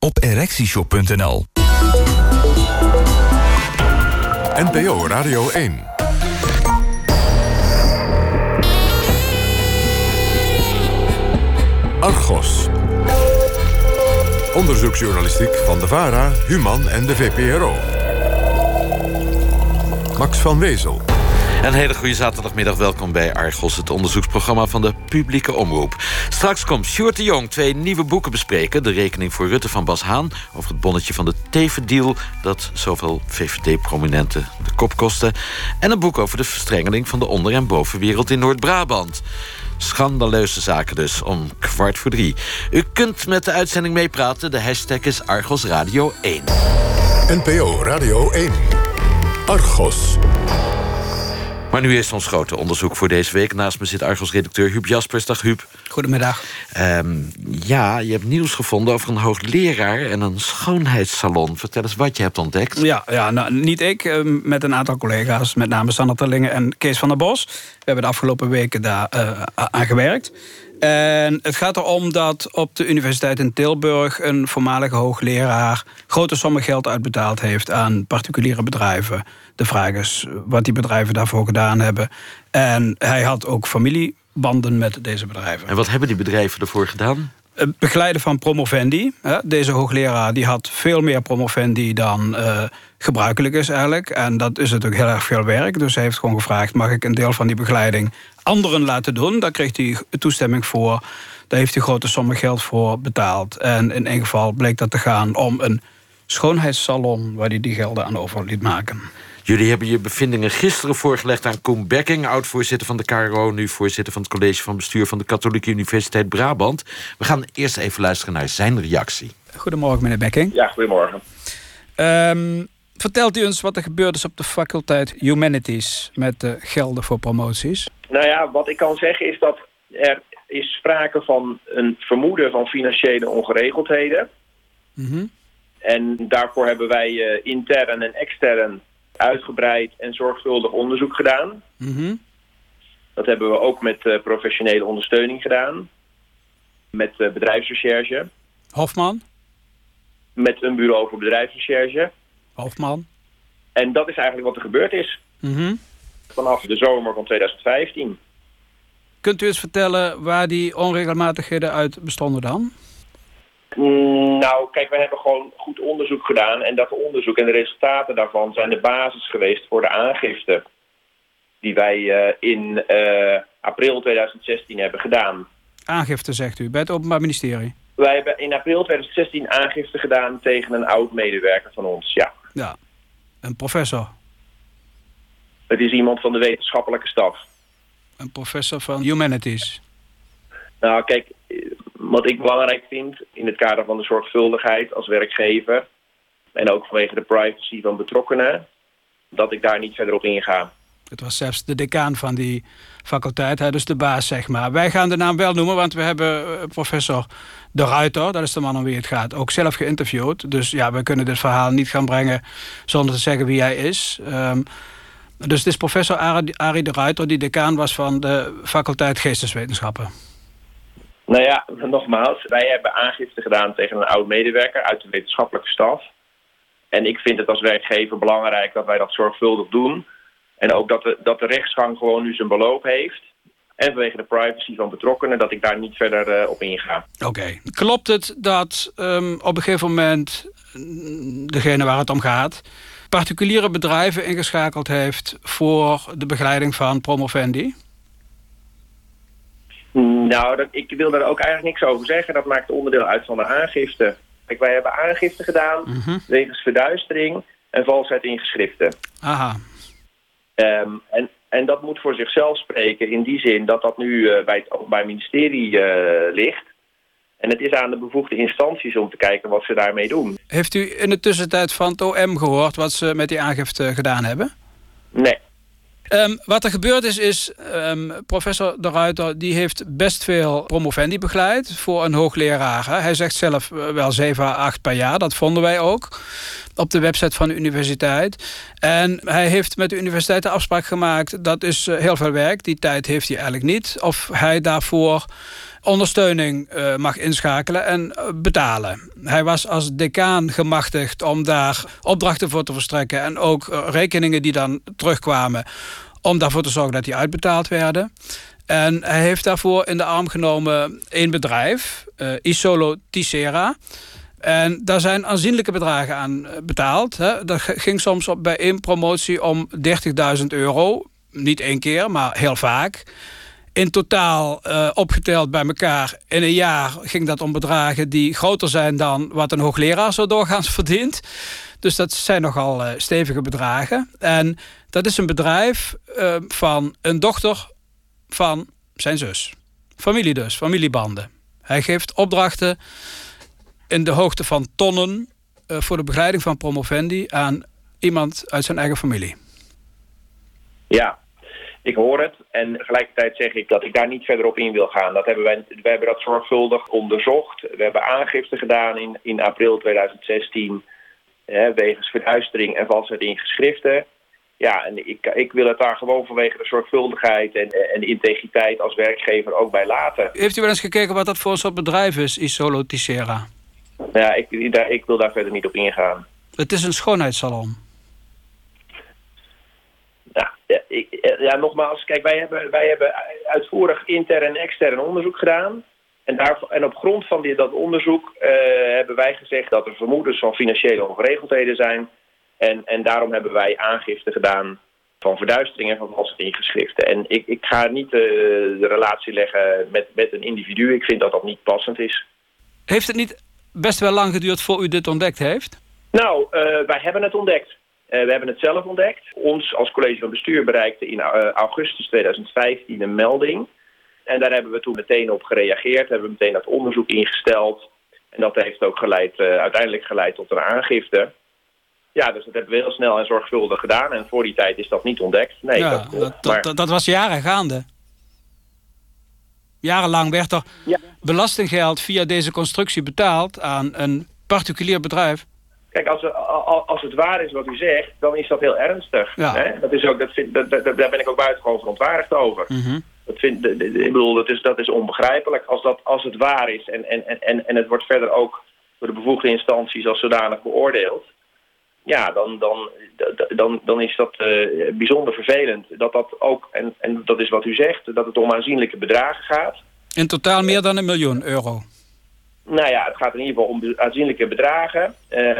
op erectieshop.nl. NPO Radio 1. Argos. Onderzoeksjournalistiek van de VARA, Human en de VPRO. Max van Wezel. Een hele goede zaterdagmiddag, welkom bij Argos, het onderzoeksprogramma van de publieke omroep. Straks komt Sjoerd de Jong 2 nieuwe boeken bespreken. De rekening voor Rutte van Bas Haan over het bonnetje van de tevendeal dat zoveel VVD-prominenten de kop kostte. En een boek over de verstrengeling van de onder- en bovenwereld in Noord-Brabant. Schandaleuze zaken dus, om 2:15. U kunt met de uitzending meepraten. De hashtag is Argos Radio 1. NPO Radio 1. Argos. Maar nu is ons grote onderzoek voor deze week. Naast me zit Argos-redacteur Huub Jaspers. Dag Huub. Goedemiddag. Ja, je hebt nieuws gevonden over een hoogleraar en een schoonheidssalon. Vertel eens wat je hebt ontdekt. Ja, nou, niet ik, met een aantal collega's, met name Sander Terlingen en Kees van der Bos. We hebben de afgelopen weken daar aan gewerkt. En het gaat erom dat op de universiteit in Tilburg een voormalige hoogleraar grote sommen geld uitbetaald heeft aan particuliere bedrijven. De vraag is wat die bedrijven daarvoor gedaan hebben. En hij had ook familiebanden met deze bedrijven. En wat hebben die bedrijven ervoor gedaan? Begeleiden van promovendi. Deze hoogleraar die had veel meer promovendi dan gebruikelijk is eigenlijk. En dat is natuurlijk heel erg veel werk. Dus hij heeft gewoon gevraagd, mag ik een deel van die begeleiding anderen laten doen? Daar kreeg hij toestemming voor. Daar heeft hij grote sommen geld voor betaald. En in één geval bleek dat te gaan om een schoonheidssalon waar hij die gelden aan over liet maken. Jullie hebben je bevindingen gisteren voorgelegd aan Koen Bekking, oud-voorzitter van de KRO, nu voorzitter van het college van bestuur van de Katholieke Universiteit Brabant. We gaan eerst even luisteren naar zijn reactie. Goedemorgen, meneer Bekking. Ja, goedemorgen. Vertelt u eens wat er gebeurd is op de faculteit Humanities met de gelden voor promoties? Nou ja, wat ik kan zeggen is dat er is sprake van een vermoeden van financiële ongeregeldheden. Mm-hmm. En daarvoor hebben wij intern en extern uitgebreid en zorgvuldig onderzoek gedaan. Mm-hmm. Dat hebben we ook met professionele ondersteuning gedaan. Met bedrijfsrecherche. Hofman? Met een bureau voor bedrijfsrecherche. Hofman? En dat is eigenlijk wat er gebeurd is. Mm-hmm. Vanaf de zomer van 2015. Kunt u eens vertellen waar die onregelmatigheden uit bestonden dan? Nou, kijk, wij hebben gewoon goed onderzoek gedaan. En dat onderzoek en de resultaten daarvan zijn de basis geweest voor de aangifte die wij in april 2016 hebben gedaan. Aangifte, zegt u, bij het Openbaar Ministerie? Wij hebben in april 2016 aangifte gedaan tegen een oud-medewerker van ons, ja. Ja, een professor. Het is iemand van de wetenschappelijke staf. Een professor van Humanities. Nou, kijk, wat ik belangrijk vind in het kader van de zorgvuldigheid als werkgever en ook vanwege de privacy van betrokkenen, dat ik daar niet verder op inga. Het was zelfs de decaan van die faculteit, dus de baas, zeg maar. Wij gaan de naam wel noemen, want we hebben professor De Ruiter, dat is de man om wie het gaat, ook zelf geïnterviewd. Dus ja, we kunnen dit verhaal niet gaan brengen zonder te zeggen wie hij is. Dus het is professor Arie De Ruiter, die decaan was van de faculteit Geesteswetenschappen. Nou ja, nogmaals, wij hebben aangifte gedaan tegen een oud-medewerker uit de wetenschappelijke staf. En ik vind het als werkgever belangrijk dat wij dat zorgvuldig doen. En ook dat de rechtsgang gewoon nu zijn beloop heeft. En vanwege de privacy van betrokkenen, dat ik daar niet verder op inga. Oké. Klopt het dat op een gegeven moment degene waar het om gaat particuliere bedrijven ingeschakeld heeft voor de begeleiding van promovendi? Nou, ik wil daar ook eigenlijk niks over zeggen. Dat maakt onderdeel uit van de aangifte. Kijk, wij hebben aangifte gedaan wegens verduistering en valsheid in geschriften. Aha. En dat moet voor zichzelf spreken in die zin dat dat nu bij het Openbaar Ministerie ligt. En het is aan de bevoegde instanties om te kijken wat ze daarmee doen. Heeft u in de tussentijd van het OM gehoord wat ze met die aangifte gedaan hebben? Nee. Wat er gebeurd is professor De Ruiter die heeft best veel promovendi begeleid voor een hoogleraar. Hè. Hij zegt zelf wel 7 à 8 per jaar, dat vonden wij ook. op de website van de universiteit. En hij heeft met de universiteit de afspraak gemaakt, dat is heel veel werk. Die tijd heeft hij eigenlijk niet. Of hij daarvoor ondersteuning mag inschakelen en betalen. Hij was als decaan gemachtigd om daar opdrachten voor te verstrekken en ook rekeningen die dan terugkwamen, om daarvoor te zorgen dat die uitbetaald werden. En hij heeft daarvoor in de arm genomen één bedrijf, Isolo Ticera. En daar zijn aanzienlijke bedragen aan betaald. Hè. Dat ging soms bij één promotie om €30.000. Niet één keer, maar heel vaak. In totaal opgeteld bij elkaar in een jaar ging dat om bedragen die groter zijn dan wat een hoogleraar zo doorgaans verdient. Dus dat zijn nogal stevige bedragen. En dat is een bedrijf van een dochter van zijn zus. Familie dus, familiebanden. Hij geeft opdrachten in de hoogte van tonnen voor de begeleiding van promovendi aan iemand uit zijn eigen familie. Ja, ik hoor het. En tegelijkertijd zeg ik dat ik daar niet verder op in wil gaan. We hebben dat zorgvuldig onderzocht. We hebben aangifte gedaan in april 2016... wegens verduistering en valsheid in geschriften. Ja, en ik wil het daar gewoon vanwege de zorgvuldigheid en de integriteit als werkgever ook bij laten. Heeft u wel eens gekeken wat dat voor een soort bedrijf is, Isolo Ticera? Ja, ik wil daar verder niet op ingaan. Het is een schoonheidssalon. Ja, nogmaals, kijk, wij hebben uitvoerig intern en extern onderzoek gedaan. En op grond van dat onderzoek hebben wij gezegd dat er vermoedens van financiële ongeregeldheden zijn. En daarom hebben wij aangifte gedaan van verduistering en van valsheid in geschriften. En ik ga niet de relatie leggen met een individu. Ik vind dat dat niet passend is. Heeft het niet best wel lang geduurd voor u dit ontdekt heeft? Nou, wij hebben het ontdekt. We hebben het zelf ontdekt. Ons als college van bestuur bereikte in augustus 2015 een melding. En daar hebben we toen meteen op gereageerd. Hebben we meteen dat onderzoek ingesteld. En dat heeft ook uiteindelijk geleid tot een aangifte. Ja, dus dat hebben we heel snel en zorgvuldig gedaan. En voor die tijd is dat niet ontdekt. Nee, ja, dat was jaren gaande. Jarenlang werd er belastinggeld via deze constructie betaald aan een particulier bedrijf. Kijk, als het waar is wat u zegt, dan is dat heel ernstig. Ja. Hè? Daar ben ik ook buitengewoon verontwaardigd over. Mm-hmm. Dat is onbegrijpelijk. Als het waar is en het wordt verder ook door de bevoegde instanties als zodanig beoordeeld, ja, dan is dat bijzonder vervelend. Dat ook, en dat is wat u zegt, dat het om aanzienlijke bedragen gaat. In totaal meer dan €1 miljoen. Nou ja, het gaat in ieder geval om aanzienlijke bedragen.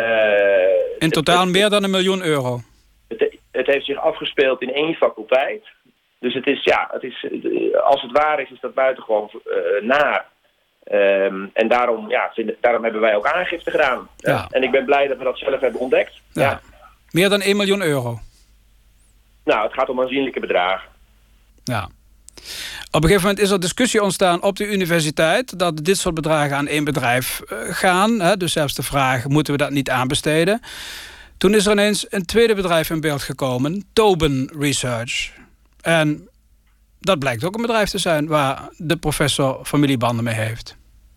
In totaal meer dan €1 miljoen. Het heeft zich afgespeeld in één faculteit. Dus als het waar is dat buitengewoon naar. En daarom hebben wij ook aangifte gedaan. Ja. En ik ben blij dat we dat zelf hebben ontdekt. Ja. Ja. Meer dan €1 miljoen. Nou, het gaat om aanzienlijke bedragen. Ja. Op een gegeven moment is er discussie ontstaan op de universiteit dat dit soort bedragen aan één bedrijf gaan. Hè? Dus zelfs de vraag, moeten we dat niet aanbesteden? Toen is er ineens een tweede bedrijf in beeld gekomen, Tobin Research. En dat blijkt ook een bedrijf te zijn waar de professor familiebanden mee heeft.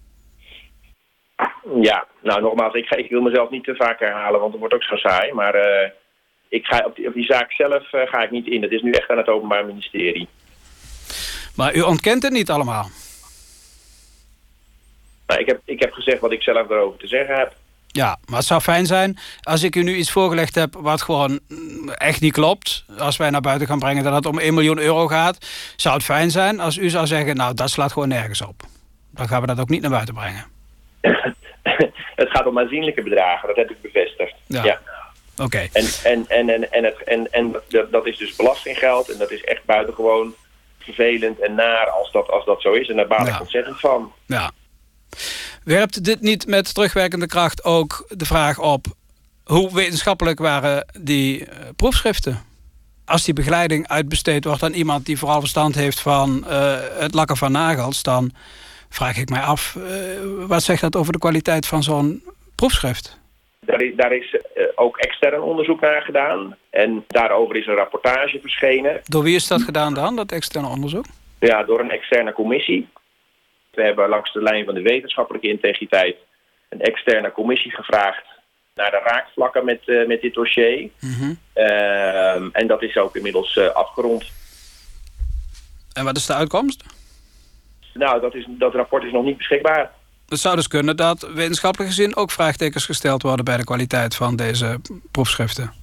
Ja, nou nogmaals, ik wil mezelf niet te vaak herhalen, want het wordt ook zo saai. Maar ik ga op die zaak zelf ga ik niet in. Dat is nu echt aan het Openbaar Ministerie. Maar u ontkent het niet allemaal? Nou, ik heb gezegd wat ik zelf daarover te zeggen heb. Ja, maar het zou fijn zijn als ik u nu iets voorgelegd heb wat gewoon echt niet klopt. Als wij naar buiten gaan brengen dat het om €1 miljoen gaat. Zou het fijn zijn als u zou zeggen, nou dat slaat gewoon nergens op. Dan gaan we dat ook niet naar buiten brengen. Het gaat om aanzienlijke bedragen, dat heb ik bevestigd. Ja. Oké. En dat is dus belastinggeld en dat is echt buitengewoon vervelend en naar als dat zo is. En daar baal ik ontzettend van. Ja. Werpt dit niet met terugwerkende kracht ook de vraag op hoe wetenschappelijk waren die proefschriften? Als die begeleiding uitbesteed wordt aan iemand die vooral verstand heeft van het lakken van nagels, dan vraag ik mij af, wat zegt dat over de kwaliteit van zo'n proefschrift? Daar is ook extern onderzoek naar gedaan. En daarover is een rapportage verschenen. Door wie is dat gedaan dan, dat externe onderzoek? Ja, door een externe commissie. We hebben langs de lijn van de wetenschappelijke integriteit een externe commissie gevraagd naar de raakvlakken met dit dossier. Mhm. En dat is ook inmiddels afgerond. En wat is de uitkomst? Nou, dat rapport is nog niet beschikbaar. Het zou dus kunnen dat wetenschappelijk gezien ook vraagtekens gesteld worden bij de kwaliteit van deze proefschriften.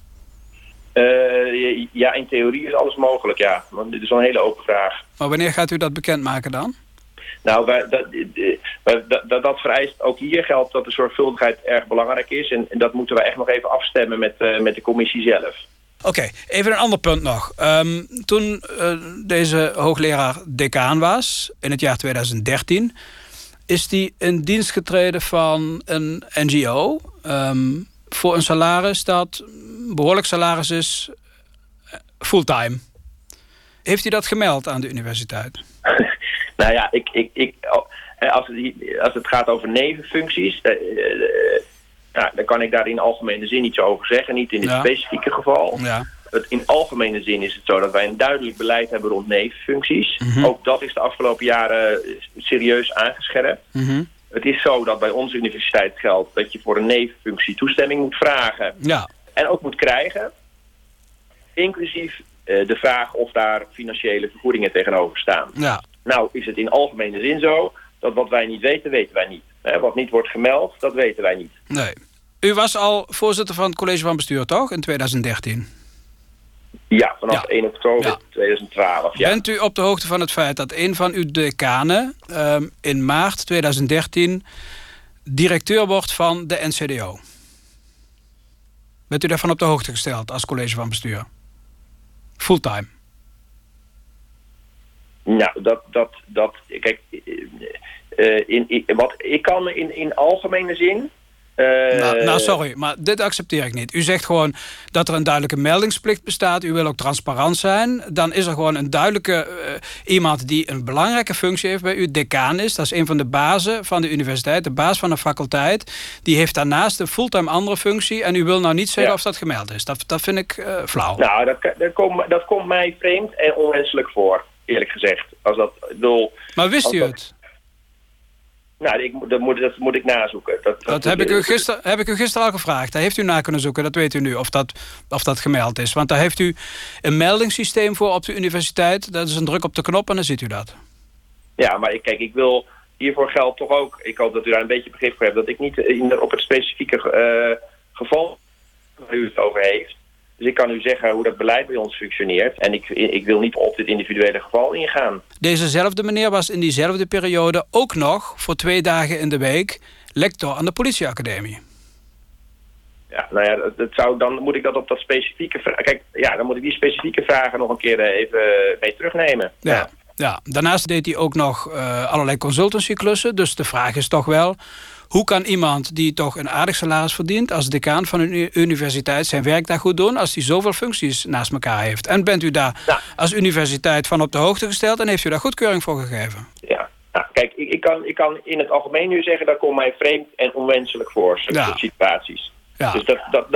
Ja, in theorie is alles mogelijk, ja. Want dit is wel een hele open vraag. Maar wanneer gaat u dat bekendmaken dan? Nou, dat vereist ook hier geldt dat de zorgvuldigheid erg belangrijk is. En dat moeten we echt nog even afstemmen met de commissie zelf. Oké, even een ander punt nog. Toen deze hoogleraar decaan was, in het jaar 2013... is die in dienst getreden van een NGO... voor een salaris dat behoorlijk salaris is, fulltime. Heeft u dat gemeld aan de universiteit? Nou ja, als het gaat over nevenfuncties... dan kan ik daar in algemene zin iets over zeggen. Niet in dit specifieke geval. Ja. In algemene zin is het zo dat wij een duidelijk beleid hebben rond nevenfuncties. Mm-hmm. Ook dat is de afgelopen jaren serieus aangescherpt. Mm-hmm. Het is zo dat bij onze universiteit geldt dat je voor een nevenfunctie toestemming moet vragen. Ja. En ook moet krijgen. Inclusief de vraag of daar financiële vergoedingen tegenover staan. Ja. Nou is het in algemene zin zo dat wat wij niet weten, weten wij niet. Wat niet wordt gemeld, dat weten wij niet. Nee. U was al voorzitter van het college van bestuur, toch? In 2013? Ja, vanaf 1 oktober 2012. Ja. Bent u op de hoogte van het feit dat een van uw decanen in maart 2013 directeur wordt van de NCDO? Bent u daarvan op de hoogte gesteld als college van bestuur? Fulltime? Nou, kijk, wat ik kan in algemene zin... sorry, maar dit accepteer ik niet. U zegt gewoon dat er een duidelijke meldingsplicht bestaat. U wil ook transparant zijn. Dan is er gewoon een duidelijke iemand die een belangrijke functie heeft bij u. Decaan is, dat is een van de bazen van de universiteit. De baas van de faculteit. Die heeft daarnaast een fulltime andere functie. En u wil nou niet zeggen of dat gemeld is. Dat vind ik flauw. Nou, dat komt mij vreemd en onwenselijk voor, eerlijk gezegd. Maar wist u het? Nou, dat moet ik nazoeken. Dat heb ik u gisteren al gevraagd. Daar heeft u na kunnen zoeken, dat weet u nu, of dat gemeld is. Want daar heeft u een meldingssysteem voor op de universiteit. Dat is een druk op de knop en dan ziet u dat. Ja, maar ik wil... Hiervoor geldt toch ook... Ik hoop dat u daar een beetje begrip voor hebt... dat ik niet op het specifieke geval waar u het over heeft. Dus ik kan u zeggen hoe dat beleid bij ons functioneert. En ik wil niet op dit individuele geval ingaan. Dezezelfde meneer was in diezelfde periode ook nog... voor 2 dagen in de week lector aan de politieacademie. Ja, nou ja, dan moet ik dat op dat specifieke... Kijk, ja, dan moet ik die specifieke vragen nog een keer even mee terugnemen. Ja. Daarnaast deed hij ook nog allerlei consultancy-klussen. Dus de vraag is toch wel... Hoe kan iemand die toch een aardig salaris verdient... als decaan van een universiteit zijn werk daar goed doen... als hij zoveel functies naast elkaar heeft? En bent u daar als universiteit van op de hoogte gesteld... en heeft u daar goedkeuring voor gegeven? Ja, nou, kijk, ik kan in het algemeen nu zeggen... dat komt mij vreemd en onwenselijk voor, soort situaties. Ja. Dus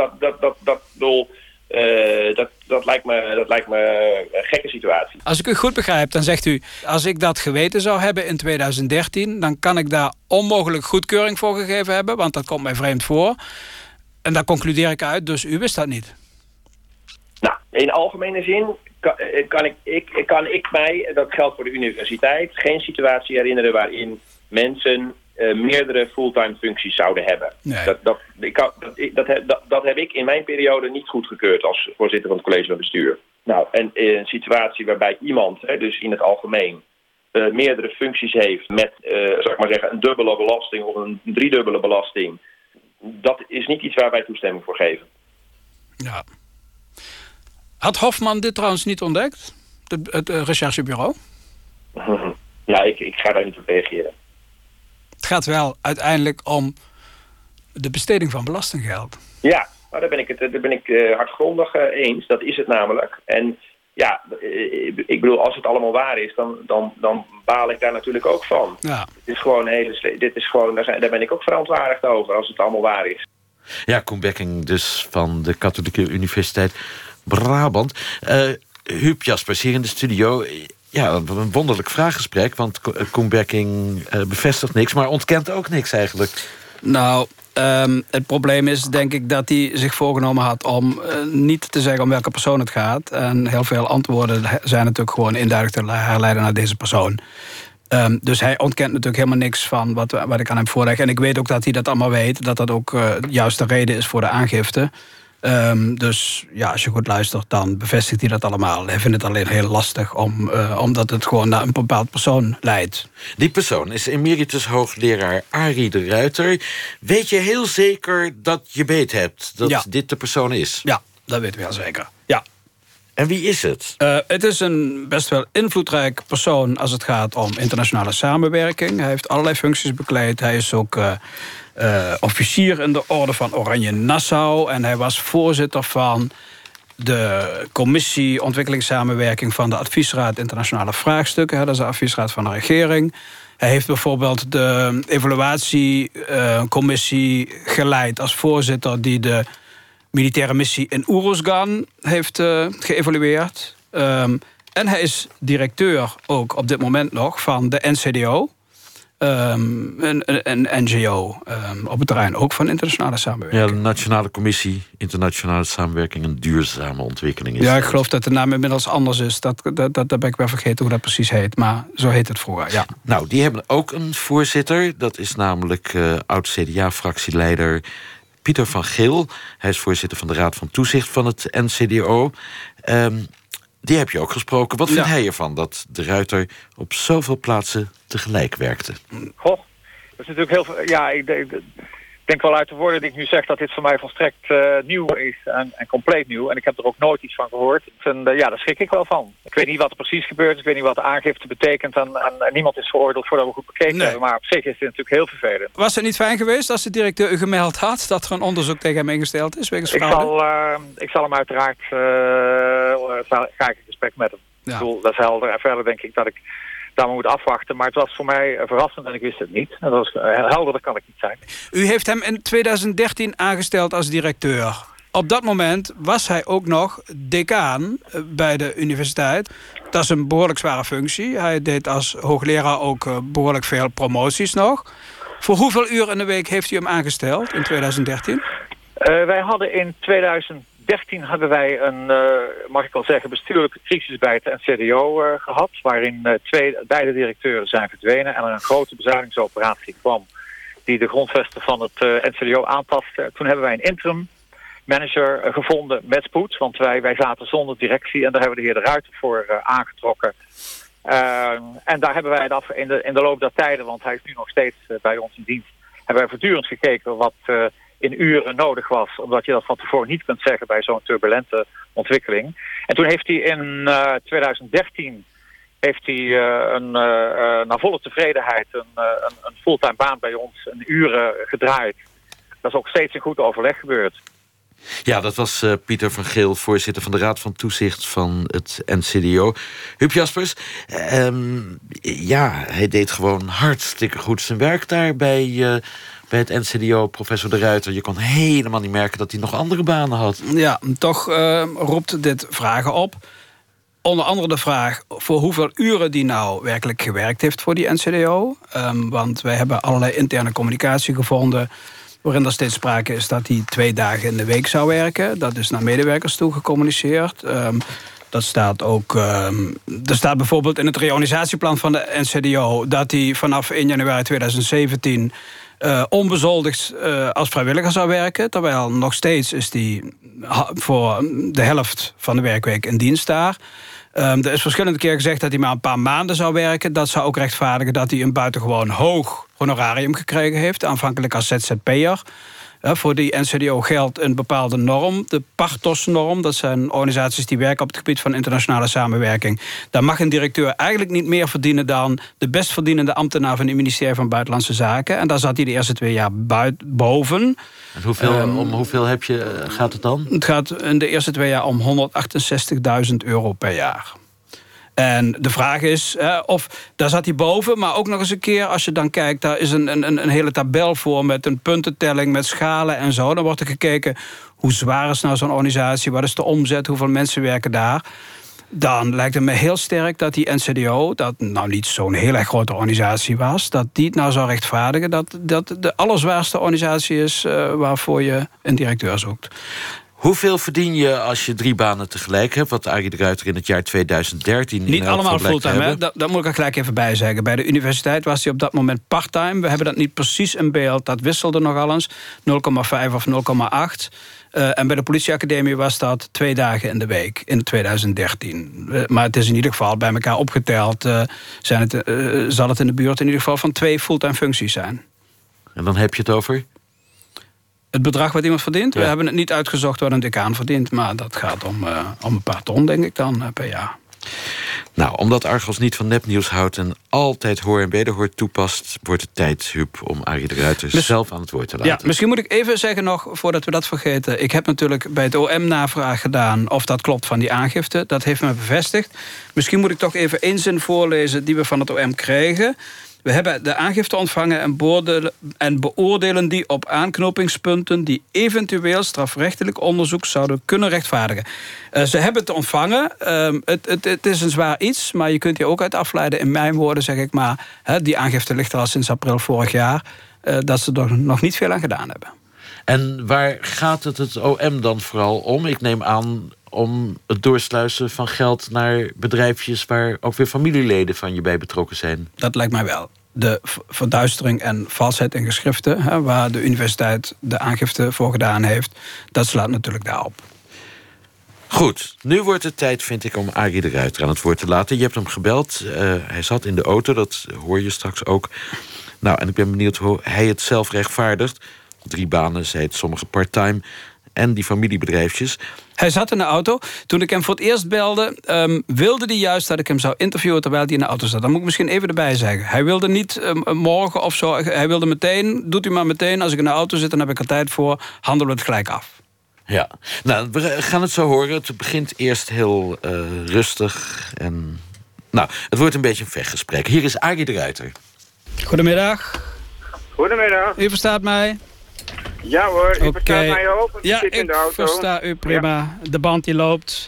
dat lijkt me een gekke situatie. Als ik u goed begrijp, dan zegt u... als ik dat geweten zou hebben in 2013... dan kan ik daar onmogelijk goedkeuring voor gegeven hebben... want dat komt mij vreemd voor. En daar concludeer ik uit, dus u wist dat niet. Nou, in algemene zin kan ik mij... dat geldt voor de universiteit... geen situatie herinneren waarin mensen... meerdere fulltime functies zouden hebben. Nee. Dat heb ik in mijn periode niet goedgekeurd als voorzitter van het college van bestuur. Nou, en een situatie waarbij iemand, dus in het algemeen, meerdere functies heeft met, zal ik maar zeggen, een dubbele belasting of een 3-dubbele belasting, dat is niet iets waar wij toestemming voor geven. Ja. Had Hofman dit trouwens niet ontdekt? Het recherchebureau? Ja, ik ga daar niet op reageren. Het gaat wel uiteindelijk om de besteding van belastinggeld. Ja, maar daar ben ik hardgrondig eens. Dat is het namelijk. En ja, ik bedoel, als het allemaal waar is, dan baal ik daar natuurlijk ook van. Ja. Daar ben ik ook verontwaardigd over, als het allemaal waar is. Ja, Koen Bekking dus van de Katholieke Universiteit Brabant. Huub Jaspers hier in de studio... Ja, een wonderlijk vraaggesprek, want Koen Bekking bevestigt niks... maar ontkent ook niks eigenlijk. Nou, Het probleem is, denk ik, dat hij zich voorgenomen had om niet te zeggen om welke persoon het gaat. En heel veel antwoorden zijn natuurlijk gewoon induidelijk te herleiden naar deze persoon. Dus hij ontkent natuurlijk helemaal niks van wat ik aan hem voorleg. En ik weet ook dat hij dat allemaal weet, dat dat ook juist de reden is voor de aangifte. Dus ja, als je goed luistert, dan bevestigt hij dat allemaal. Hij vindt het alleen heel lastig, omdat het gewoon naar een bepaald persoon leidt. Die persoon is emeritus hoogleraar Arie de Ruiter. Weet je heel zeker dat je beet hebt dat dit de persoon is? Ja, dat weten we heel zeker. Ja. En wie is het? Het is een best wel invloedrijk persoon als het gaat om internationale samenwerking. Hij heeft allerlei functies bekleed. Hij is ook officier in de Orde van Oranje Nassau. En hij was voorzitter van de Commissie Ontwikkelingssamenwerking van de Adviesraad Internationale Vraagstukken. Dat is de adviesraad van de regering. Hij heeft bijvoorbeeld de evaluatiecommissie geleid als voorzitter die de militaire missie in Uruzgan heeft geëvalueerd. En hij is directeur ook op dit moment nog van de NCDO. Een NGO op het terrein ook van internationale samenwerking. Ja, de Nationale Commissie Internationale Samenwerking en Duurzame Ontwikkeling. Ja, ik geloof dat de naam inmiddels anders is. Dat ben ik wel vergeten hoe dat precies heet. Maar zo heet het vroeger, ja. Nou, die hebben ook een voorzitter. Dat is namelijk oud-CDA-fractieleider Pieter van Geel. Hij is voorzitter van de Raad van Toezicht van het NCDO. Die heb je ook gesproken. Wat vindt hij ervan dat de Ruiter op zoveel plaatsen tegelijk werkte? Goh, dat is natuurlijk heel veel. Ja, ik denk wel uit de woorden die ik nu zeg dat dit voor mij volstrekt nieuw is en compleet nieuw. En ik heb er ook nooit iets van gehoord. En daar schrik ik wel van. Ik weet niet wat er precies gebeurt. Ik weet niet wat de aangifte betekent. En niemand is veroordeeld voordat we goed bekeken hebben. Maar op zich is dit natuurlijk heel vervelend. Was het niet fijn geweest als de directeur u gemeld had dat er een onderzoek tegen hem ingesteld is wegens fraude? Ik zal hem uiteraard ga ik in gesprek met hem. Ja. Ik bedoel, dat is helder. En verder denk ik dat ik daar moet afwachten. Maar het was voor mij verrassend en ik wist het niet. Dat was helder, dat kan ik niet zijn. U heeft hem in 2013 aangesteld als directeur. Op dat moment was hij ook nog decaan bij de universiteit. Dat is een behoorlijk zware functie. Hij deed als hoogleraar ook behoorlijk veel promoties nog. Voor hoeveel uur in de week heeft u hem aangesteld in 2013? Wij hadden in 2013 hebben een, mag ik wel zeggen, bestuurlijke crisis bij het NCDO gehad. Waarin beide directeuren zijn verdwenen en er een grote bezuinigingsoperatie kwam die de grondvesten van het NCDO aantastte. Toen hebben wij een interim manager gevonden met spoed. Want wij zaten zonder directie en daar hebben we de heer De Ruiter voor aangetrokken. En daar hebben wij in de loop der tijden, want hij is nu nog steeds bij ons in dienst, hebben wij voortdurend gekeken wat in uren nodig was, omdat je dat van tevoren niet kunt zeggen bij zo'n turbulente ontwikkeling. En toen heeft hij in 2013 naar volle tevredenheid een fulltime baan bij ons, een uren gedraaid. Dat is ook steeds in goed overleg gebeurd. Ja, dat was Pieter van Geel, voorzitter van de Raad van Toezicht van het NCDO. Huub Jaspers, hij deed gewoon hartstikke goed zijn werk daar bij het NCDO, professor De Ruiter. Je kon helemaal niet merken dat hij nog andere banen had. Ja, toch roept dit vragen op. Onder andere de vraag voor hoeveel uren die nou werkelijk gewerkt heeft voor die NCDO. Want wij hebben allerlei interne communicatie gevonden waarin er steeds sprake is dat hij 2 dagen in de week zou werken. Dat is naar medewerkers toe gecommuniceerd. Dat staat ook. Er staat bijvoorbeeld in het reorganisatieplan van de NCDO dat hij vanaf 1 januari 2017 onbezoldigd als vrijwilliger zou werken. Terwijl nog steeds is hij voor de helft van de werkweek in dienst daar. Er is verschillende keer gezegd dat hij maar een paar maanden zou werken. Dat zou ook rechtvaardigen dat hij een buitengewoon hoog honorarium gekregen heeft. Aanvankelijk als ZZP'er. Voor die NCDO geldt een bepaalde norm, de Partos-norm. Dat zijn organisaties die werken op het gebied van internationale samenwerking. Daar mag een directeur eigenlijk niet meer verdienen dan de best verdienende ambtenaar van het ministerie van Buitenlandse Zaken. En daar zat hij de eerste 2 jaar boven. En om hoeveel gaat het dan? Het gaat in de eerste 2 jaar om €168.000 per jaar. En de vraag is, of daar zat hij boven, maar ook nog eens een keer, als je dan kijkt, daar is een hele tabel voor met een puntentelling, met schalen en zo. Dan wordt er gekeken, hoe zwaar is nou zo'n organisatie, wat is de omzet, hoeveel mensen werken daar. dan lijkt het me heel sterk dat die NCDO, dat nou niet zo'n heel erg grote organisatie was, dat die het nou zou rechtvaardigen dat de allerzwaarste organisatie is waarvoor je een directeur zoekt. Hoeveel verdien je als je 3 banen tegelijk hebt? Wat Arie de Ruiter in het jaar 2013... Niet allemaal fulltime, hè? Dat moet ik er gelijk even bij zeggen. Bij de universiteit was hij op dat moment parttime. We hebben dat niet precies in beeld. Dat wisselde nogal eens. 0,5 of 0,8. En bij de politieacademie was dat 2 dagen in de week in 2013. Maar het is in ieder geval bij elkaar opgeteld. Zal het in de buurt in ieder geval van 2 fulltime functies zijn. En dan heb je het over? Het bedrag wat iemand verdient? Ja. We hebben het niet uitgezocht wat een decaan verdient. Maar dat gaat om een paar ton, denk ik dan, per jaar. Nou, omdat Argos niet van nepnieuws houdt en altijd hoor en wederhoor toepast, wordt het tijd, Huub, om Arie de Ruiter zelf aan het woord te laten. Ja, misschien moet ik even zeggen nog, voordat we dat vergeten. Ik heb natuurlijk bij het OM navraag gedaan of dat klopt van die aangifte. Dat heeft me bevestigd. Misschien moet ik toch even 1 zin voorlezen die we van het OM kregen. We hebben de aangifte ontvangen en beoordelen die op aanknopingspunten die eventueel strafrechtelijk onderzoek zouden kunnen rechtvaardigen. Ze hebben het ontvangen. Het is een zwaar iets, maar je kunt hier ook uit afleiden. In mijn woorden zeg ik maar, die aangifte ligt er al sinds april vorig jaar. Dat ze er nog niet veel aan gedaan hebben. En waar gaat het OM dan vooral om? Ik neem aan om het doorsluizen van geld naar bedrijfjes waar ook weer familieleden van je bij betrokken zijn. Dat lijkt mij wel. De verduistering en valsheid in geschriften, waar de universiteit de aangifte voor gedaan heeft, dat slaat natuurlijk daarop. Goed, nu wordt het tijd, vind ik, om Arie de Ruiter aan het woord te laten. Je hebt hem gebeld, hij zat in de auto, dat hoor je straks ook. Nou, en ik ben benieuwd hoe hij het zelf rechtvaardigt. 3 banen, zei het, sommige part-time en die familiebedrijfjes. Hij zat in de auto. Toen ik hem voor het eerst belde, wilde hij juist dat ik hem zou interviewen terwijl hij in de auto zat. Dat moet ik misschien even erbij zeggen. Hij wilde niet morgen of zo. Hij wilde meteen, doet u maar meteen. Als ik in de auto zit, dan heb ik er tijd voor. Handelen we het gelijk af. Ja, nou, we gaan het zo horen. Het begint eerst heel rustig. En nou, het wordt een beetje een vechtgesprek. Hier is Arie de Ruiter. Goedemiddag. Goedemiddag. U verstaat mij? Ja hoor, u verstaat mij ook, want ja, ik zit in de auto. Ik versta u prima. Ja. De band die loopt.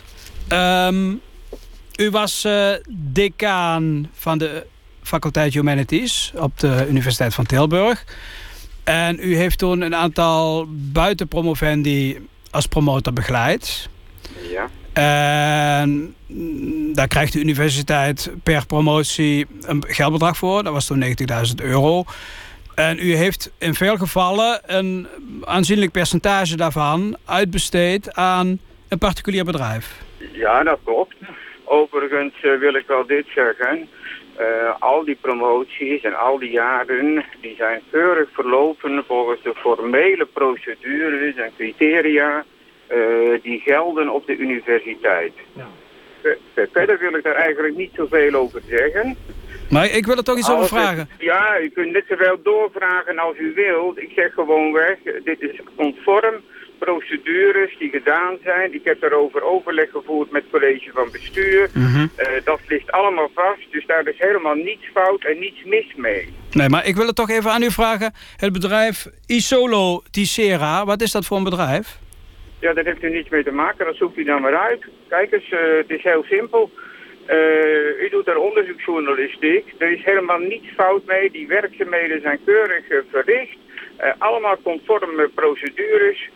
U was decaan van de faculteit Humanities op de Universiteit van Tilburg. En u heeft toen een aantal buitenpromovendi als promotor begeleid. Ja. En daar krijgt de universiteit per promotie een geldbedrag voor. Dat was toen €90.000. En u heeft in veel gevallen een aanzienlijk percentage daarvan uitbesteed aan een particulier bedrijf. Ja, dat klopt. Overigens wil ik wel dit zeggen. Al die promoties en al die jaren, die zijn keurig verlopen volgens de formele procedures en criteria die gelden op de universiteit. Ja. Verder wil ik daar eigenlijk niet zoveel over zeggen. Maar ik wil er toch iets over vragen. Ja, u kunt net zoveel doorvragen als u wilt. Ik zeg gewoon weg, dit is conform procedures die gedaan zijn. Ik heb daarover overleg gevoerd met het college van bestuur. Dat ligt allemaal vast, dus daar is helemaal niets fout en niets mis mee. Nee, maar ik wil het toch even aan u vragen. Het bedrijf Isolo Ticera, wat is dat voor een bedrijf? Ja, daar heeft u niets mee te maken, dat zoekt u dan maar uit. Kijk eens, het is heel simpel. U doet daar onderzoeksjournalistiek. Er is helemaal niets fout mee. Die werkzaamheden zijn keurig verricht. Allemaal conforme procedures.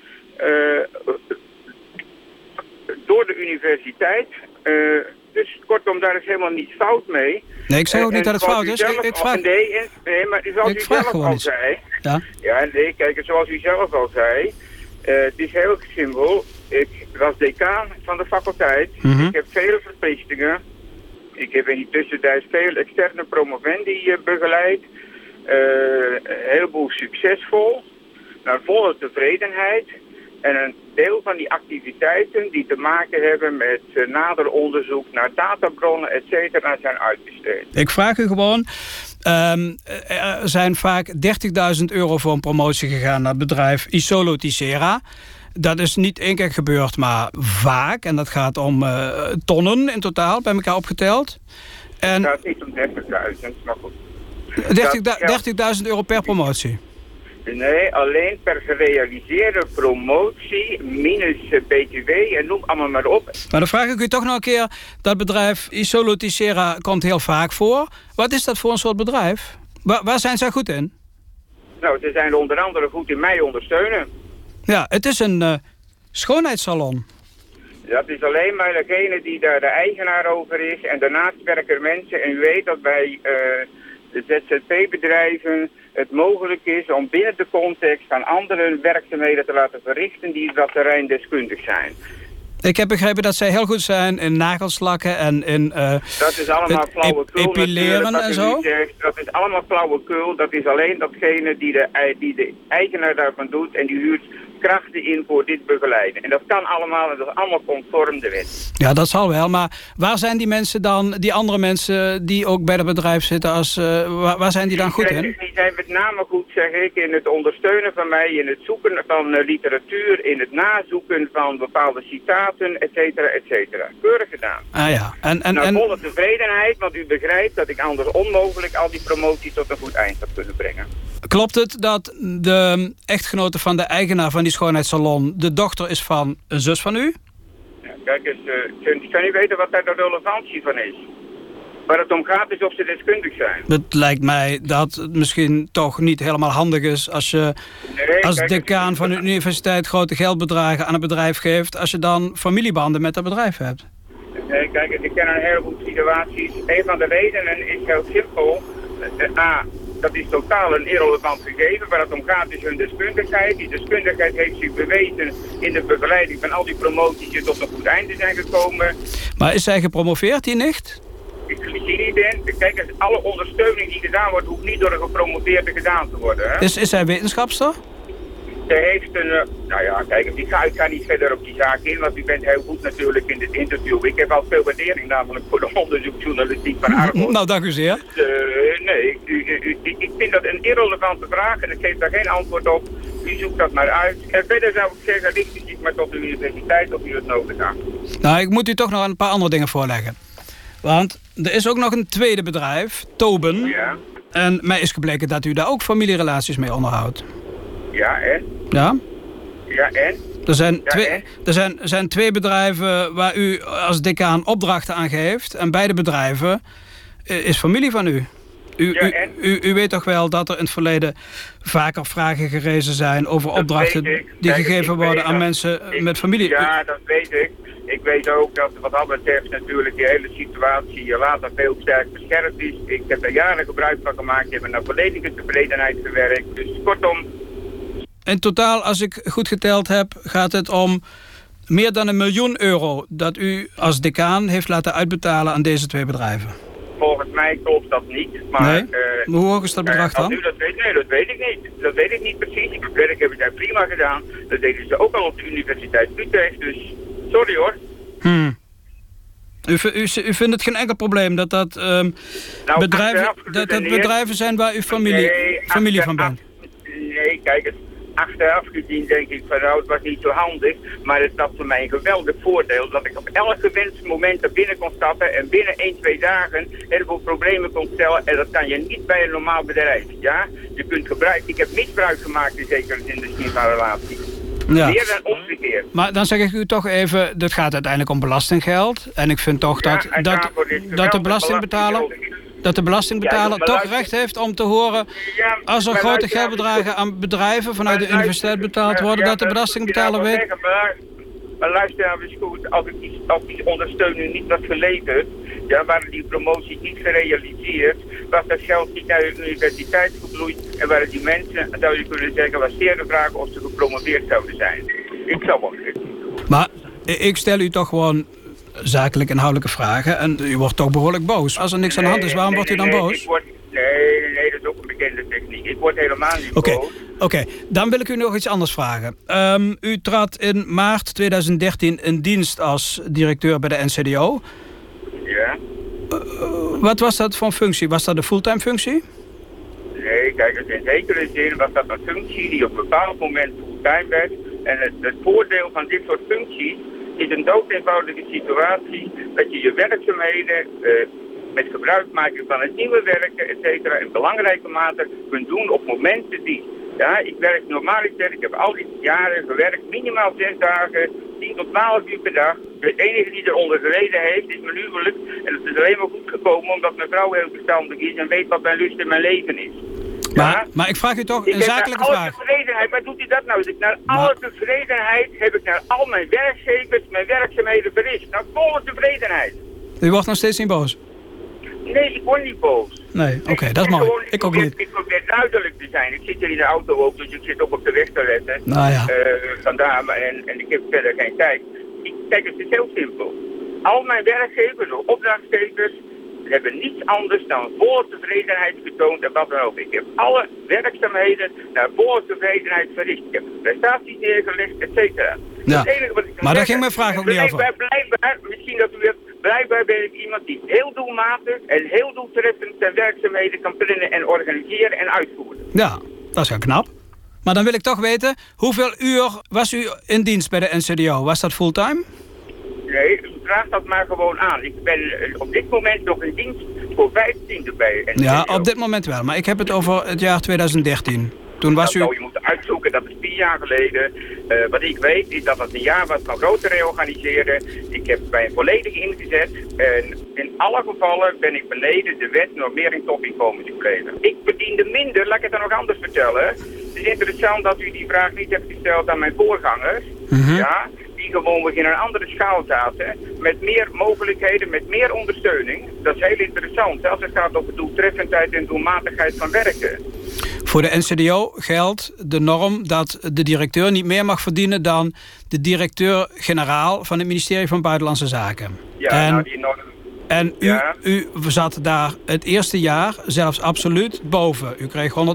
Door de universiteit. Dus kortom, daar is helemaal niets fout mee. Nee, ik zeg ook niet dat het fout is. Ik vraag... Nee, maar zoals u zelf al zei... Ja, nee, kijk, zoals u zelf al zei... het is heel simpel. Ik was decaan van de faculteit. Ik heb vele verplichtingen. Ik heb in die tussentijd veel externe promovendi begeleid. Een heleboel succesvol. Naar volle tevredenheid. En een deel van die activiteiten die te maken hebben met nader onderzoek naar databronnen, et cetera, zijn uitbesteed. Ik vraag u gewoon, er zijn vaak €30.000 voor een promotie gegaan naar het bedrijf Isolo Ticera. Dat is niet één keer gebeurd, maar vaak. En dat gaat om tonnen in totaal, bij elkaar opgeteld. En het gaat niet om 30.000, maar goed. €30.000 per promotie? Nee, alleen per gerealiseerde promotie, minus BTW en noem allemaal maar op. Maar dan vraag ik u toch nog een keer, dat bedrijf Isoloticera komt heel vaak voor. Wat is dat voor een soort bedrijf? Waar zijn zij goed in? Nou, ze zijn onder andere goed in mij ondersteunen. Ja, het is een schoonheidssalon. Dat is alleen maar degene die daar de eigenaar over is. En daarnaast werken er mensen. En u weet dat bij de ZZP-bedrijven het mogelijk is om binnen de context van andere werkzaamheden te laten verrichten die dat terreindeskundig zijn. Ik heb begrepen dat zij heel goed zijn in nagelslakken en in dat is allemaal flauwekul, epileren en zo? Dat is allemaal flauwekul. Dat is alleen datgene die de eigenaar daarvan doet en die huurt krachten in voor dit begeleiden. En dat kan allemaal, en dat is allemaal conform de wet. Ja, dat zal wel. Maar waar zijn die mensen dan, die andere mensen die ook bij het bedrijf zitten, waar zijn die dan goed in? Die zijn met name goed, zeg ik, in het ondersteunen van mij, in het zoeken van literatuur, in het nazoeken van bepaalde citaten, et cetera, et cetera. Keurig gedaan. Ah ja. En volle tevredenheid, want u begrijpt dat ik anders onmogelijk al die promotie tot een goed eind had kunnen brengen. Klopt het dat de echtgenote van de eigenaar van die schoonheidssalon de dochter is van een zus van u? Ja, kijk eens, kan u weten wat daar de relevantie van is? Waar het om gaat is of ze deskundig zijn. Het lijkt mij dat het misschien toch niet helemaal handig is als je als decaan van een universiteit grote geldbedragen aan een bedrijf geeft, als je dan familiebanden met dat bedrijf hebt. Nee, kijk eens, ik ken een heleboel situaties. Een van de redenen is heel simpel. Dat is totaal een irrelevant gegeven. Waar het om gaat is hun deskundigheid. Die deskundigheid heeft zich bewezen in de begeleiding van al die promoties die tot een goed einde zijn gekomen. Maar is zij gepromoveerd, die nicht? Ik zie niet in. Kijk, alle ondersteuning die gedaan wordt, hoeft niet door een gepromoveerde gedaan te worden. Hè? Is zij wetenschapster? Ze heeft een... nou ja, kijk, ik ga niet verder op die zaak in, want u bent heel goed natuurlijk in dit interview. Ik heb al veel waardering namelijk voor de onderzoeksjournalistiek van Argos. Nou, dank u zeer. Nee, ik vind dat een irrelevante vraag en ik geef daar geen antwoord op. U zoekt dat maar uit. En verder zou ik zeggen, richt u zich maar tot de universiteit of u het nodig hebt. Nou, ik moet u toch nog een paar andere dingen voorleggen. Want er is ook nog een tweede bedrijf, Toben. Ja. En mij is gebleken dat u daar ook familierelaties mee onderhoudt. Ja, en? Ja? Ja, en? Er zijn twee bedrijven waar u als decaan opdrachten aan geeft. En beide bedrijven is familie van u. U weet toch wel dat er in het verleden vaker vragen gerezen zijn over opdrachten die gegeven worden aan mensen met familie. Ja, dat weet ik. Ik weet ook dat wat dat betreft natuurlijk die hele situatie later veel sterk beschermd is. Ik heb er jaren gebruik van gemaakt. Ik heb naar volledige tevredenheid gewerkt. Dus kortom. In totaal, als ik goed geteld heb, gaat het om meer dan €1 miljoen dat u als decaan heeft laten uitbetalen aan deze twee bedrijven. Volgens mij klopt dat niet. Maar, nee? Hoe hoog is dat bedrag dan? Nee, dat weet ik niet. Dat weet ik niet precies. Ik heb het prima gedaan. Dat deden ze ook al op de Universiteit Utrecht. Dus sorry hoor. U vindt het geen enkel probleem dat bedrijven zijn waar u familie van bent? Nee, kijk, achteraf gezien denk ik van nou, het was niet zo handig. Maar het was voor mij een geweldig voordeel dat ik op elk gewenst moment er binnen kon stappen en binnen 1-2 dagen heel veel problemen kon stellen. En dat kan je niet bij een normaal bedrijf. Ja? Je kunt ik heb misbruik gemaakt in zekere zin dus van relatie. Ja. Meer dan omgekeerd. Maar dan zeg ik u toch even, dit gaat uiteindelijk om belastinggeld. En ik vind toch dat de belastingbetaler toch recht heeft om te horen, als er grote geldbedragen aan bedrijven vanuit de universiteit betaald worden, dat de belastingbetaler weet. Maar luister nou eens goed, als die ondersteuning niet was geleverd, waren die promoties niet gerealiseerd, was dat geld niet naar de universiteit gevloeid en waren die mensen, zou je kunnen zeggen, was zeer de vraag of ze gepromoveerd zouden zijn. Ik zou wel zeggen. Maar ik stel u toch gewoon zakelijk inhoudelijke vragen en u wordt toch behoorlijk boos. Als er niks aan de hand is, waarom wordt u dan boos? Nee, dat is ook een bekende techniek. Ik word helemaal niet boos. Oké, dan wil ik u nog iets anders vragen. U trad in maart 2013 in dienst als directeur bij de NCDO. Ja. Wat was dat voor functie? Was dat een fulltime functie? Nee, kijk, in zekere zin was dat een functie die op een bepaald moment fulltime werd. En het voordeel van dit soort functies is een doodeenvoudige situatie dat je werkzaamheden met gebruik maken van het nieuwe werken, et cetera, in belangrijke mate kunt doen op momenten die Ja, ik werk normaal. Ik heb al die jaren gewerkt, minimaal 6 dagen, 10 tot 12 uur per dag. De enige die eronder geleden heeft is mijn huwelijk. En het is alleen maar goed gekomen omdat mijn vrouw heel verstandig is en weet wat mijn lust in mijn leven is. Maar ik vraag u toch een zakelijke vraag. Alle tevredenheid, waar doet u dat nou? Alle tevredenheid heb ik naar al mijn werkgevers, mijn werkzaamheden verricht. Naar volle tevredenheid. U wordt nog steeds niet boos? Nee, ik word niet boos. Nee, oké, dat is mooi. Ik ook niet. Ik probeer duidelijk te zijn. Ik zit hier in de auto ook, dus ik zit ook op de weg te letten. Nou ja. Vandaar, en ik heb verder geen tijd. Kijk, het is heel simpel. Al mijn werkgevers, of opdrachtgevers, hebben niets anders dan volle tevredenheid getoond en wat dan ook. Ik heb alle werkzaamheden naar volle tevredenheid verricht. Ik heb prestaties neergelegd, et cetera. Ja. Maar daar ging mijn vraag ook niet over. Blijkbaar, misschien dat u het... Blijkbaar ben ik iemand die heel doelmatig en heel doeltreffend zijn werkzaamheden kan plannen en organiseren en uitvoeren. Ja, dat is wel knap. Maar dan wil ik toch weten, hoeveel uur was u in dienst bij de NCDO? Was dat fulltime? Nee, u vraagt dat maar gewoon aan. Ik ben op dit moment nog in dienst voor 15 bij NCDO. Ja, op dit moment wel. Maar ik heb het over het jaar 2013. Toen was u... zou je moeten uitzoeken, dat is 4 jaar geleden. Wat ik weet is dat het een jaar was van grote reorganiseren. Ik heb mij volledig ingezet. En in alle gevallen ben ik beneden de wet normering toppinkomen gekregen. Ik verdiende minder, laat ik het dan nog anders vertellen. Het is interessant dat u die vraag niet hebt gesteld aan mijn voorgangers. Ja, die gewoon in een andere schaal zaten. Met meer mogelijkheden, met meer ondersteuning. Dat is heel interessant. Als het gaat over doeltreffendheid en doelmatigheid van werken. Voor de NCDO geldt de norm dat de directeur niet meer mag verdienen dan de directeur-generaal van het ministerie van Buitenlandse Zaken. Ja, nou die norm. En u zat daar het eerste jaar zelfs absoluut boven. U kreeg 168.000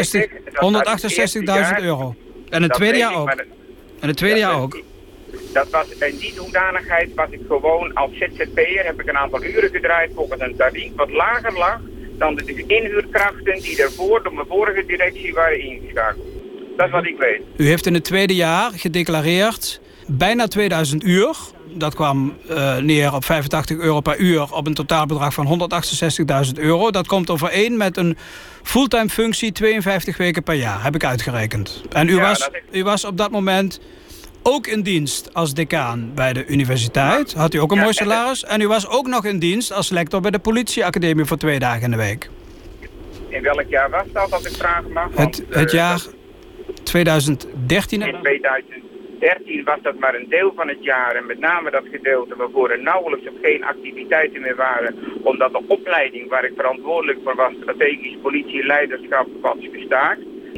euro. En het tweede jaar ook. En het tweede jaar ook. Dat was, in die hoedanigheid was ik gewoon als ZZP'er, heb ik een aantal uren gedraaid volgens een tarief wat lager lag dan de inhuurkrachten die daarvoor door mijn vorige directie waren ingeschakeld. Dat is wat ik weet. U heeft in het tweede jaar gedeclareerd bijna 2000 uur. Dat kwam neer op 85 euro per uur op een totaalbedrag van 168.000 euro. Dat komt overeen met een fulltime functie 52 weken per jaar, heb ik uitgerekend. En u was op dat moment ook in dienst als decaan bij de universiteit. Had u ook een mooi salaris. En u was ook nog in dienst als lector bij de politieacademie voor 2 dagen in de week. In welk jaar was dat, als ik vragen mag? Het jaar 2013. In 2013 was dat maar een deel van het jaar. En met name dat gedeelte waarvoor er nauwelijks of geen activiteiten meer waren. Omdat de opleiding waar ik verantwoordelijk voor was, strategisch politieleiderschap, was gestaakt.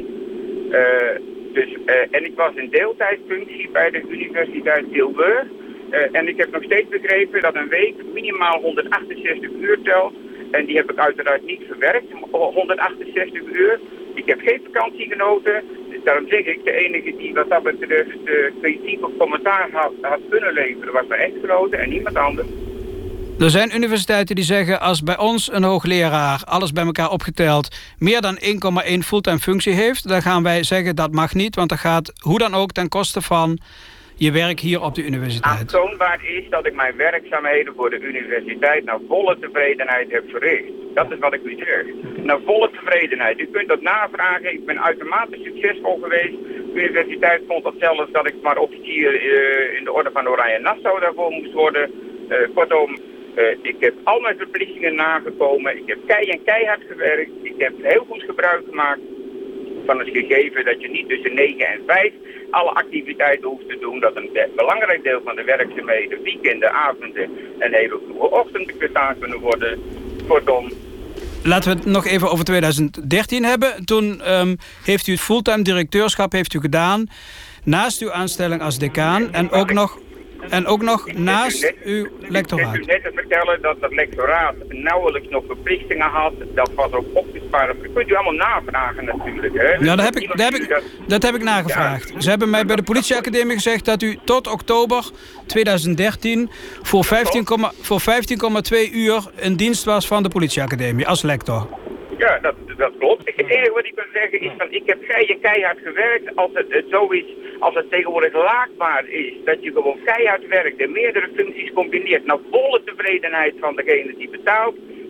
En ik was in deeltijdfunctie bij de Universiteit Tilburg. En ik heb nog steeds begrepen dat een week minimaal 168 uur telt. En die heb ik uiteraard niet verwerkt, 168 uur. Ik heb geen vakantie genoten. Dus daarom zeg ik, de enige die wat dat betreft kritiek of commentaar had kunnen leveren was mijn echtgenote en niemand anders. Er zijn universiteiten die zeggen, als bij ons een hoogleraar, alles bij elkaar opgeteld, meer dan 1,1 fulltime functie heeft, dan gaan wij zeggen dat mag niet, want dat gaat hoe dan ook ten koste van je werk hier op de universiteit. Aantoonbaar is dat ik mijn werkzaamheden voor de universiteit naar volle tevredenheid heb verricht. Dat is wat ik u zeg. Naar volle tevredenheid. U kunt dat navragen. Ik ben uitermate succesvol geweest. De universiteit vond dat zelfs dat ik maar officier in de orde van Oranje Nassau daarvoor moest worden. Kortom, ik heb al mijn verplichtingen nagekomen. Ik heb keihard gewerkt. Ik heb heel goed gebruik gemaakt van het gegeven dat je niet tussen 9 en 5 alle activiteiten hoeft te doen. Dat een belangrijk deel van de werkzaamheden, weekenden, avonden en hele vroege ochtenden gedaan kunnen worden. Kortom. Laten we het nog even over 2013 hebben. Toen heeft u het fulltime directeurschap gedaan naast uw aanstelling als decaan en ook nog naast uw lectoraat. Ik heb u net te vertellen dat het lectoraat nauwelijks nog verplichtingen had. Dat was ook opgespaard. Dat kunt u allemaal navragen natuurlijk. Hè? Ja, dat heb ik nagevraagd. Ja. Ze hebben mij bij de politieacademie gezegd dat u tot oktober 2013 voor 15,2 uur in dienst was van de politieacademie als lector. Ja, dat klopt. Het enige wat ik kan zeggen is van ik heb keihard gewerkt. Als het zo is, als het tegenwoordig laakbaar is, dat je gewoon keihard werkt en meerdere functies combineert naar volle tevredenheid van degene die betaalt,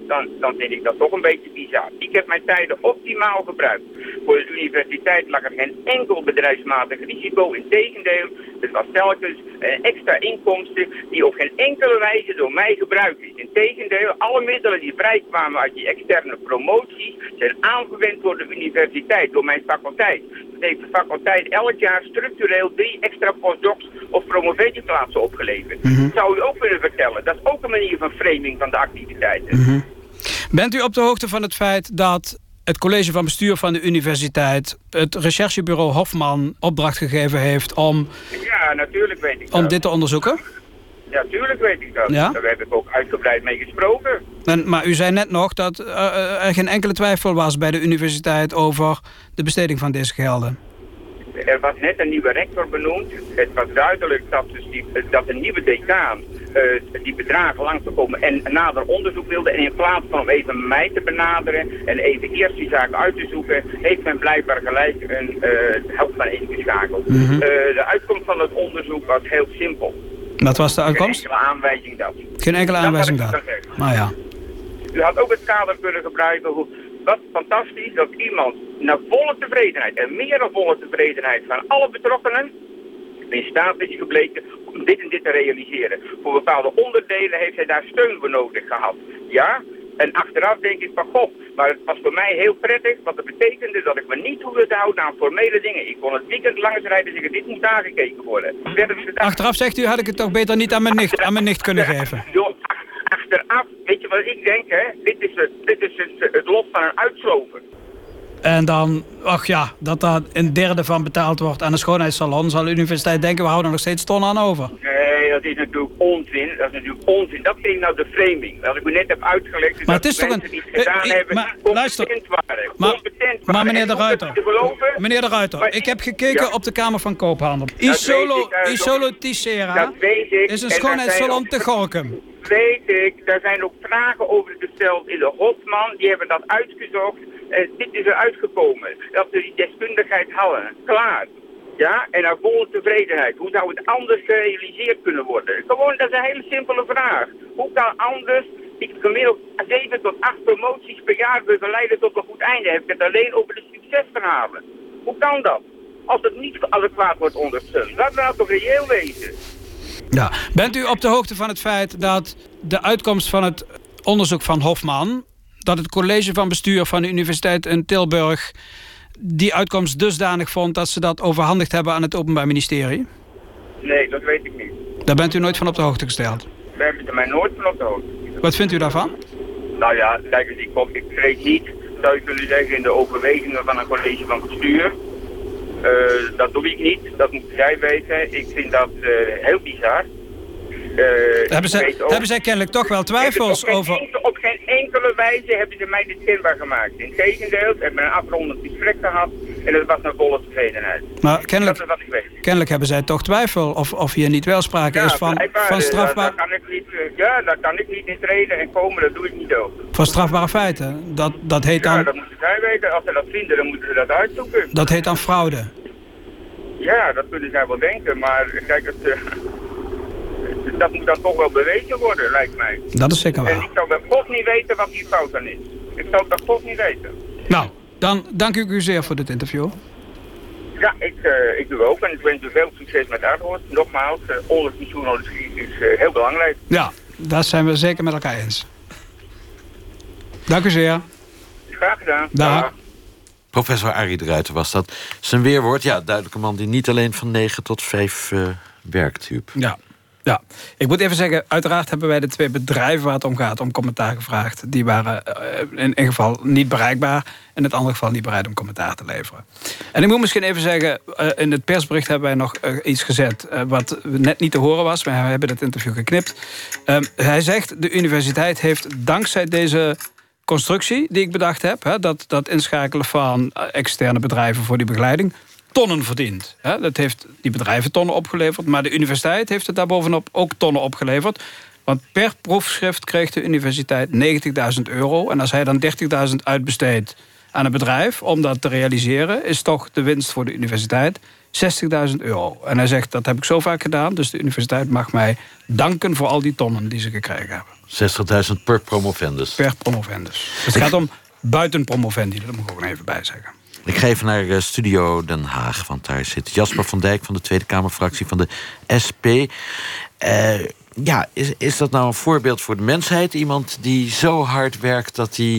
dan vind ik dat toch een beetje bizar. Ik heb mijn tijden optimaal gebruikt. Voor de universiteit lag er geen enkel bedrijfsmatig risico. Integendeel, het was telkens een extra inkomsten die op geen enkele wijze door mij gebruikt is. Integendeel, alle middelen die vrijkwamen uit die externe promoties zijn aangewend door de universiteit, door mijn faculteit. Dat heeft de faculteit elk jaar structureel 3 extra postdocs of promovendieplaatsen opgeleverd. Dat zou u ook kunnen vertellen. Dat is ook een manier van framing van de activiteiten. Bent u op de hoogte van het feit dat het college van bestuur van de universiteit het recherchebureau Hofman opdracht gegeven heeft om... Ja, natuurlijk weet ik dat. Om dit te onderzoeken? Ja, natuurlijk weet ik dat. Ja? Daar heb ik ook uitgebreid mee gesproken. Maar u zei net nog dat er geen enkele twijfel was bij de universiteit over de besteding van deze gelden. Er was net een nieuwe rector benoemd. Het was duidelijk dat een nieuwe decaan die bedragen langs te komen en nader onderzoek wilde. En in plaats van om even mij te benaderen en even eerst die zaak uit te zoeken, heeft men blijkbaar gelijk een Hofman ingeschakeld. De uitkomst van het onderzoek was heel simpel. Wat was de uitkomst? Geen enkele aanwijzing dat. Geen enkele aanwijzing dat. Nou ja. U had ook het kader kunnen gebruiken. Wat fantastisch dat iemand naar volle tevredenheid en meer dan volle tevredenheid van alle betrokkenen in staat is gebleken om dit en dit te realiseren. Voor bepaalde onderdelen heeft hij daar steun voor nodig gehad. Ja, en achteraf denk ik van goh, maar het was voor mij heel prettig, want dat betekende dat ik me niet hoefde te houden aan formele dingen. Ik kon het weekend langs rijden en zeggen, dit moet aangekeken worden. Achteraf zegt u, had ik het toch beter niet aan mijn nicht kunnen geven? Achteraf, weet je wat ik denk, hè? Dit is het lot van een uitslover. En dan, ach ja, dat daar een derde van betaald wordt aan een schoonheidssalon, zal de universiteit denken, we houden er nog steeds tonnen aan over. Nee, dat is natuurlijk onzin. Dat is nou de framing. Wat ik u net heb uitgelegd, is maar dat het is mensen toch die het gedaan hebben, competent waren. Maar meneer de Ruiter, ik heb gekeken op de Kamer van Koophandel. Isolo Ticera is een schoonheidssalon te Gorinchem. Weet ik, daar zijn ook vragen over gesteld in de Hofman, die hebben dat uitgezocht. Dit is eruit gekomen, dat ze die deskundigheid hadden. Klaar. Ja, en naar volle tevredenheid. Hoe zou het anders gerealiseerd kunnen worden? Gewoon, dat is een hele simpele vraag. Hoe kan anders die gemiddeld 7 tot 8 promoties per jaar begeleiden tot een goed einde? Heb ik het alleen over de succesverhalen. Hoe kan dat? Als het niet adequaat wordt ondersteund. Laten we nou toch reëel wezen. Ja. Bent u op de hoogte van het feit dat de uitkomst van het onderzoek van Hofman, dat het college van bestuur van de Universiteit in Tilburg die uitkomst dusdanig vond dat ze dat overhandigd hebben aan het Openbaar Ministerie? Nee, dat weet ik niet. Daar bent u nooit van op de hoogte gesteld? Daar hebben ze mij nooit van op de hoogte. Wat vindt u daarvan? Nou ja, kijk eens, ik treed niet, zou je kunnen zeggen, in de overwegingen van een college van bestuur. Dat doe ik niet, dat moeten zij weten. Ik vind dat heel bizar. Hebben zij kennelijk toch wel twijfels over... Op geen enkele wijze hebben ze mij dit kenbaar gemaakt. Integendeel, we hebben een afrondend gesprek gehad en dat was naar volle tevredenheid. Maar kennelijk hebben zij toch twijfel of hier niet wel sprake is van strafbaar... Daar kan ik niet in treden en komen, dat doe ik niet ook. Van strafbare feiten? Dat heet dan... Ja, dat moeten zij weten. Als ze dat vinden, dan moeten ze dat uitzoeken. Dat heet dan fraude? Ja, dat kunnen zij wel denken, maar kijk, dat moet dan toch wel bewezen worden, lijkt mij. Dat is zeker waar. En ik zou bij God niet weten wat die fout dan is. Ik zou het bij God niet weten. Nou, dan dank ik u zeer voor dit interview. Ja, ik doe ook. En ik wens u veel succes met Aardhorst. Nogmaals, onderzoeksjournalistiek is heel belangrijk. Ja, daar zijn we zeker met elkaar eens. Dank u zeer. Graag gedaan. Dag. Professor Arie de Ruiter was dat. Zijn weerwoord, ja, duidelijke man die niet alleen van 9 tot 5 werkt, Huub. Ja, ik moet even zeggen, uiteraard hebben wij de 2 bedrijven waar het om gaat om commentaar gevraagd. Die waren in een geval niet bereikbaar, in het andere geval niet bereid om commentaar te leveren. En ik moet misschien even zeggen, in het persbericht hebben wij nog iets gezet wat net niet te horen was. We hebben het interview geknipt. Hij zegt, de universiteit heeft dankzij deze constructie die ik bedacht heb, dat inschakelen van externe bedrijven voor die begeleiding, tonnen verdiend. Dat heeft die bedrijven tonnen opgeleverd, maar de universiteit heeft het daarbovenop ook tonnen opgeleverd. Want per proefschrift kreeg de universiteit €90.000. En als hij dan €30.000 uitbesteedt aan een bedrijf om dat te realiseren, is toch de winst voor de universiteit €60.000. En hij zegt, dat heb ik zo vaak gedaan, dus de universiteit mag mij danken voor al die tonnen die ze gekregen hebben. 60.000 per promovendus. Per promovendus. Het gaat om buiten promovendi, dat moet ik ook nog even bij zeggen. Ik ga even naar Studio Den Haag, want daar zit Jasper van Dijk van de Tweede Kamerfractie van de SP. Is dat nou een voorbeeld voor de mensheid? Iemand die zo hard werkt dat hij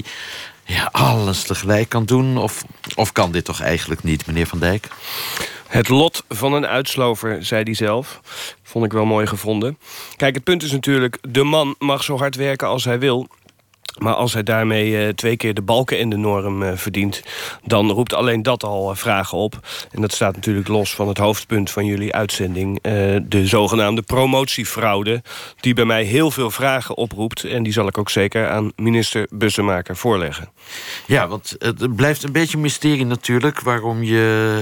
alles tegelijk kan doen? Of kan dit toch eigenlijk niet, meneer Van Dijk? Het lot van een uitslover, zei hij zelf. Vond ik wel mooi gevonden. Kijk, het punt is natuurlijk, de man mag zo hard werken als hij wil. Maar als hij daarmee 2 keer de balken in de norm verdient, dan roept alleen dat al vragen op. En dat staat natuurlijk los van het hoofdpunt van jullie uitzending. De zogenaamde promotiefraude, die bij mij heel veel vragen oproept. En die zal ik ook zeker aan minister Bussemaker voorleggen. Ja, want het blijft een beetje een mysterie natuurlijk waarom je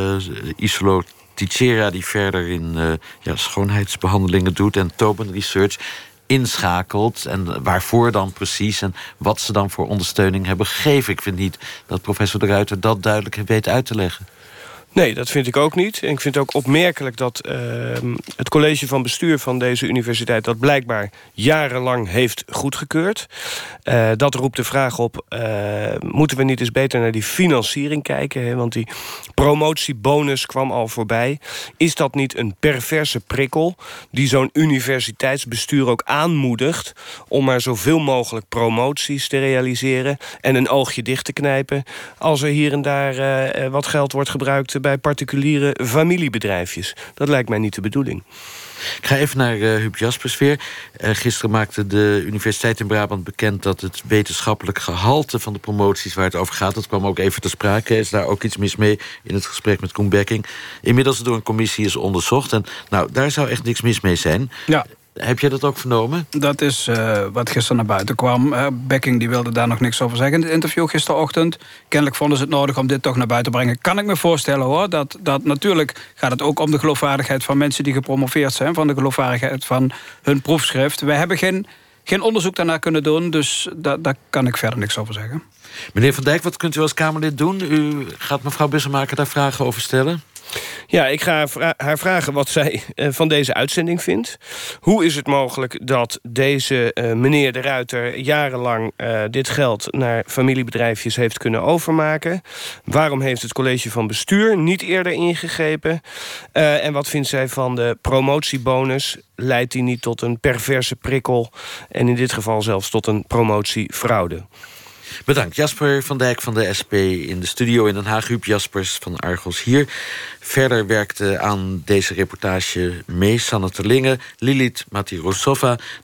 Isola Ticera, die verder in schoonheidsbehandelingen doet, en Tobin Research inschakelt. En waarvoor dan precies en wat ze dan voor ondersteuning hebben gegeven. Ik vind niet dat professor De Ruiter dat duidelijk weet uit te leggen. Nee, dat vind ik ook niet. En ik vind het ook opmerkelijk dat het college van bestuur van deze universiteit dat blijkbaar jarenlang heeft goedgekeurd. Dat roept de vraag op, moeten we niet eens beter naar die financiering kijken? Hè? Want die promotiebonus kwam al voorbij. Is dat niet een perverse prikkel die zo'n universiteitsbestuur ook aanmoedigt om maar zoveel mogelijk promoties te realiseren en een oogje dicht te knijpen als er hier en daar wat geld wordt gebruikt bij particuliere familiebedrijfjes? Dat lijkt mij niet de bedoeling. Ik ga even naar Huub Jaspers weer. Gisteren maakte de Universiteit in Brabant bekend dat het wetenschappelijk gehalte van de promoties waar het over gaat, dat kwam ook even ter sprake. Is daar ook iets mis mee in het gesprek met Koen Bekking? Inmiddels door een commissie is onderzocht. En daar zou echt niks mis mee zijn. Ja. Heb jij dat ook vernomen? Dat is wat gisteren naar buiten kwam. Bekking die wilde daar nog niks over zeggen in het interview gisterochtend. Kennelijk vonden ze het nodig om dit toch naar buiten te brengen. Kan ik me voorstellen hoor, dat natuurlijk gaat het ook om de geloofwaardigheid van mensen die gepromoveerd zijn, van de geloofwaardigheid van hun proefschrift. Wij hebben geen onderzoek daarnaar kunnen doen, dus daar kan ik verder niks over zeggen. Meneer Van Dijk, wat kunt u als Kamerlid doen? U gaat mevrouw Bussemaker daar vragen over stellen? Ja, ik ga haar vragen wat zij van deze uitzending vindt. Hoe is het mogelijk dat deze meneer De Ruiter jarenlang dit geld naar familiebedrijfjes heeft kunnen overmaken? Waarom heeft het college van bestuur niet eerder ingegrepen? En wat vindt zij van de promotiebonus? Leidt die niet tot een perverse prikkel en in dit geval zelfs tot een promotiefraude? Bedankt. Jasper van Dijk van de SP in de studio in Den Haag. Huub Jaspers van Argos hier. Verder werkte aan deze reportage mee Sanne Terlinge, Lilith Matirosova,